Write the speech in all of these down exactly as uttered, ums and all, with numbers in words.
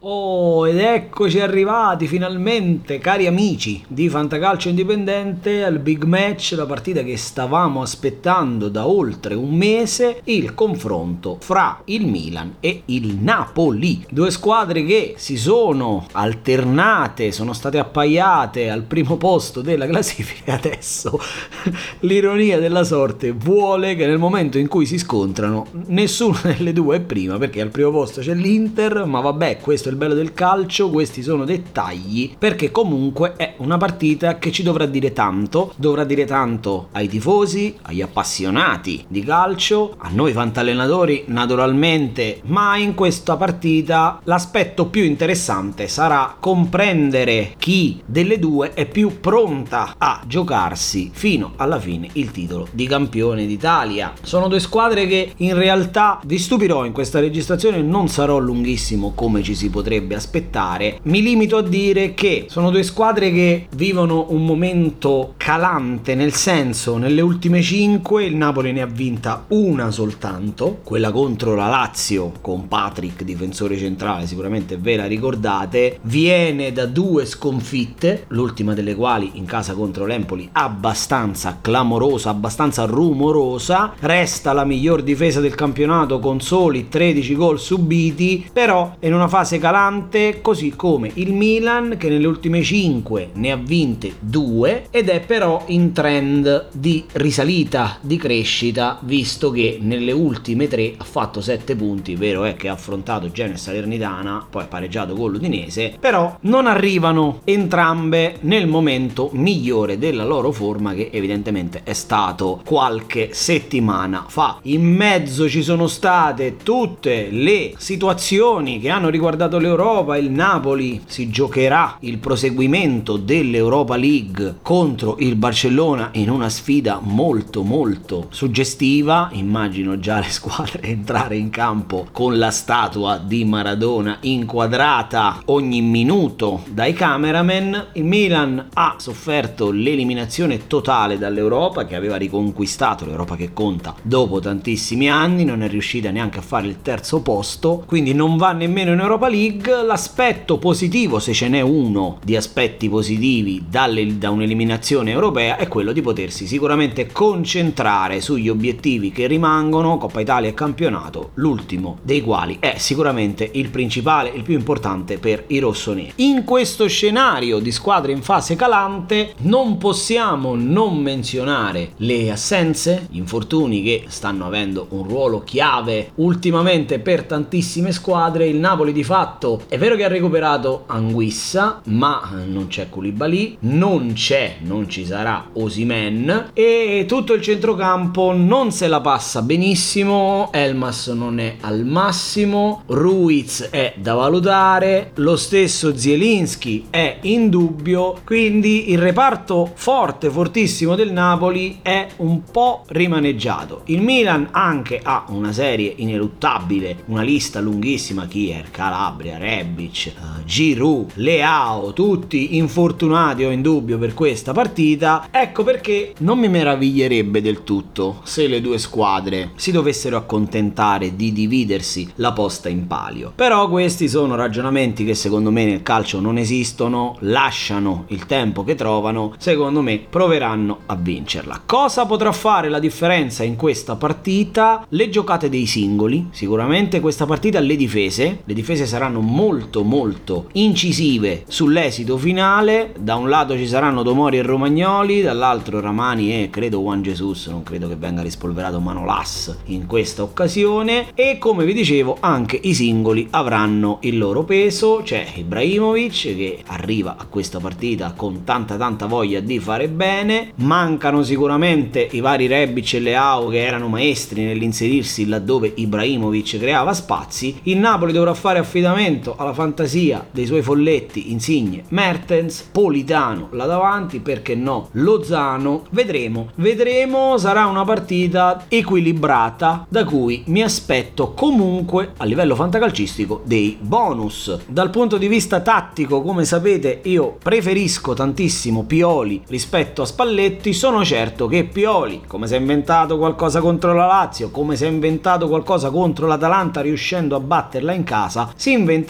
Oh, ed eccoci arrivati finalmente, cari amici di Fantacalcio Indipendente, al big match, la partita che stavamo aspettando da oltre un mese, il confronto fra il Milan e il Napoli. Due squadre che si sono alternate, sono state appaiate al primo posto della classifica e adesso l'ironia della sorte vuole che nel momento in cui si scontrano nessuna delle due è prima, perché al primo posto c'è l'Inter, ma vabbè, questo è il bello del calcio, questi sono dettagli, perché comunque è una partita che ci dovrà dire tanto, dovrà dire tanto ai tifosi, agli appassionati di calcio, a noi fantallenatori naturalmente, ma in questa partita l'aspetto più interessante sarà comprendere chi delle due è più pronta a giocarsi fino alla fine il titolo di campione d'Italia. Sono due squadre che in realtà vi stupirò in questa registrazione, non sarò lunghissimo come ci si potrebbe aspettare, mi limito a dire che sono due squadre che vivono un momento calante, nel senso, nelle ultime cinque il Napoli ne ha vinta una soltanto, quella contro la Lazio con Patrick difensore centrale, sicuramente ve la ricordate, viene da due sconfitte, l'ultima delle quali in casa contro l'Empoli abbastanza clamorosa, abbastanza rumorosa, resta la miglior difesa del campionato con soli tredici gol subiti, però in una fase calante, così come il Milan che nelle ultime cinque ne ha vinte due ed è però in trend di risalita, di crescita, visto che nelle ultime tre ha fatto sette punti, vero è che ha affrontato Genoa e Salernitana, poi ha pareggiato con l'Udinese, però non arrivano entrambe nel momento migliore della loro forma, che evidentemente è stato qualche settimana fa. In mezzo ci sono state tutte le situazioni che hanno riguardato l'Europa, il Napoli si giocherà il proseguimento dell'Europa League contro il Barcellona in una sfida molto molto suggestiva, immagino già le squadre entrare in campo con la statua di Maradona inquadrata ogni minuto dai cameraman. Il Milan ha sofferto l'eliminazione totale dall'Europa, che aveva riconquistato l'Europa che conta dopo tantissimi anni, non è riuscita neanche a fare il terzo posto, quindi non va nemmeno in Europa League. L'aspetto positivo, se ce n'è uno di aspetti positivi dalle, da un'eliminazione europea, è quello di potersi sicuramente concentrare sugli obiettivi che rimangono, Coppa Italia e campionato, l'ultimo dei quali è sicuramente il principale, il più importante per i rossoneri. In questo scenario di squadre in fase calante non possiamo non menzionare le assenze, gli infortuni che stanno avendo un ruolo chiave ultimamente per tantissime squadre. Il Napoli di fatto è vero che ha recuperato Anguissa, ma non c'è Koulibaly, non c'è, non ci sarà Osimhen, e tutto il centrocampo non se la passa benissimo. Elmas non è al massimo, Ruiz è da valutare, lo stesso Zielinski è in dubbio, quindi il reparto forte, fortissimo del Napoli è un po' rimaneggiato. Il Milan anche ha una serie ineluttabile, una lista lunghissima: Kier, Calabria, Rebic, uh, Giroud, Leao, tutti infortunati o in dubbio per questa partita. Ecco perché non mi meraviglierebbe del tutto se le due squadre si dovessero accontentare di dividersi la posta in palio. Però questi sono ragionamenti che secondo me nel calcio non esistono, lasciano il tempo che trovano, secondo me proveranno a vincerla. Cosa potrà fare la differenza in questa partita? Le giocate dei singoli, sicuramente questa partita le difese, le difese saranno molto molto incisive sull'esito finale. Da un lato ci saranno Tomori e Romagnoli, dall'altro Ramani e credo Juan Jesus, non credo che venga rispolverato Manolas in questa occasione, e come vi dicevo anche i singoli avranno il loro peso. C'è Ibrahimovic che arriva a questa partita con tanta tanta voglia di fare bene, mancano sicuramente i vari Rebic e Leao che erano maestri nell'inserirsi laddove Ibrahimovic creava spazi. Il Napoli dovrà fare affidamento alla fantasia dei suoi folletti Insigne, Mertens, Politano là davanti, perché no Lozano. Vedremo, vedremo, sarà una partita equilibrata da cui mi aspetto comunque a livello fantacalcistico dei bonus. Dal punto di vista tattico, come sapete, io preferisco tantissimo Pioli rispetto a Spalletti. Sono certo che Pioli, come si è inventato qualcosa contro la Lazio, come si è inventato qualcosa contro l'Atalanta riuscendo a batterla in casa, si inventerà qualcosa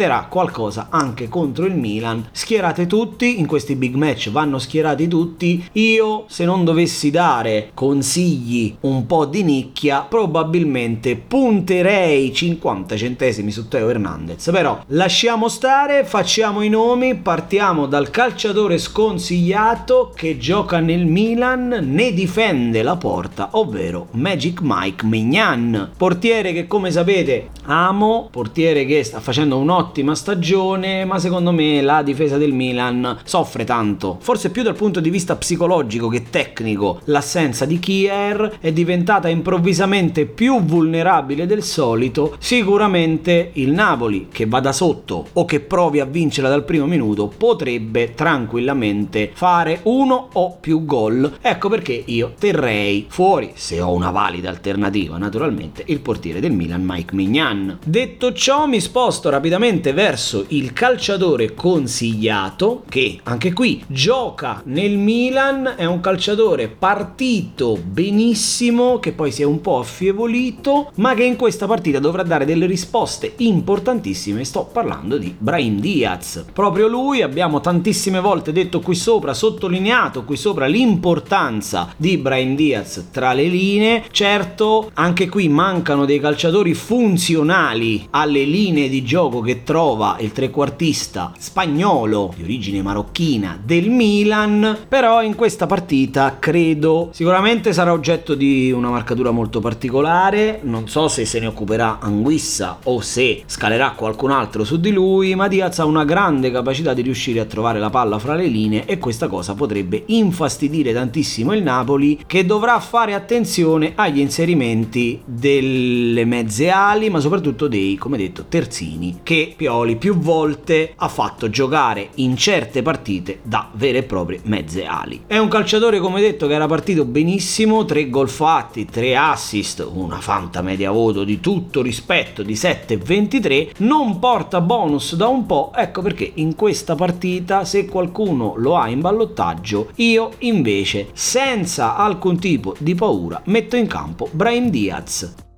qualcosa anche contro il Milan. Schierate tutti, in questi big match vanno schierati tutti. Io, se non dovessi dare consigli un po' di nicchia, probabilmente punterei cinquanta centesimi su Teo Hernandez, però lasciamo stare, facciamo i nomi, partiamo dal calciatore sconsigliato che gioca nel Milan, ne difende la porta, ovvero Magic Mike Maignan, portiere che come sapete amo, portiere che sta facendo un'ottima stagione, ma secondo me la difesa del Milan soffre tanto, forse più dal punto di vista psicologico che tecnico. L'assenza di Kier è diventata improvvisamente più vulnerabile del solito. Sicuramente il Napoli, che vada sotto o che provi a vincerla dal primo minuto, potrebbe tranquillamente fare uno o più gol. Ecco perché io terrei fuori, se ho una valida alternativa naturalmente, il portiere del Milan Mike Maignan. Detto ciò, mi sposto rapidamente verso il calciatore consigliato, che anche qui gioca nel Milan, è un calciatore partito benissimo, che poi si è un po' affievolito, ma che in questa partita dovrà dare delle risposte importantissime. Sto parlando di Brahim Diaz. Proprio lui, abbiamo tantissime volte detto qui sopra, sottolineato qui sopra l'importanza di Brahim Diaz tra le linee. Certo, anche qui mancano dei calciatori funzionali alle linee di gioco che trova il trequartista spagnolo di origine marocchina del Milan, però in questa partita credo sicuramente sarà oggetto di una marcatura molto particolare. Non so se se ne occuperà Anguissa o se scalerà qualcun altro su di lui, ma Diaz ha una grande capacità di riuscire a trovare la palla fra le linee e questa cosa potrebbe infastidire tantissimo il Napoli, che dovrà fare attenzione agli inserimenti delle mezze ali, ma soprattutto dei, come detto, terzini, che Pioli più volte ha fatto giocare in certe partite da vere e proprie mezze ali. È un calciatore, come detto, che era partito benissimo, tre gol fatti, tre assist, una fanta media voto di tutto rispetto di sette virgola ventitré, non porta bonus da un po', ecco perché in questa partita, se qualcuno lo ha in ballottaggio, io invece senza alcun tipo di paura metto in campo Brahim Diaz.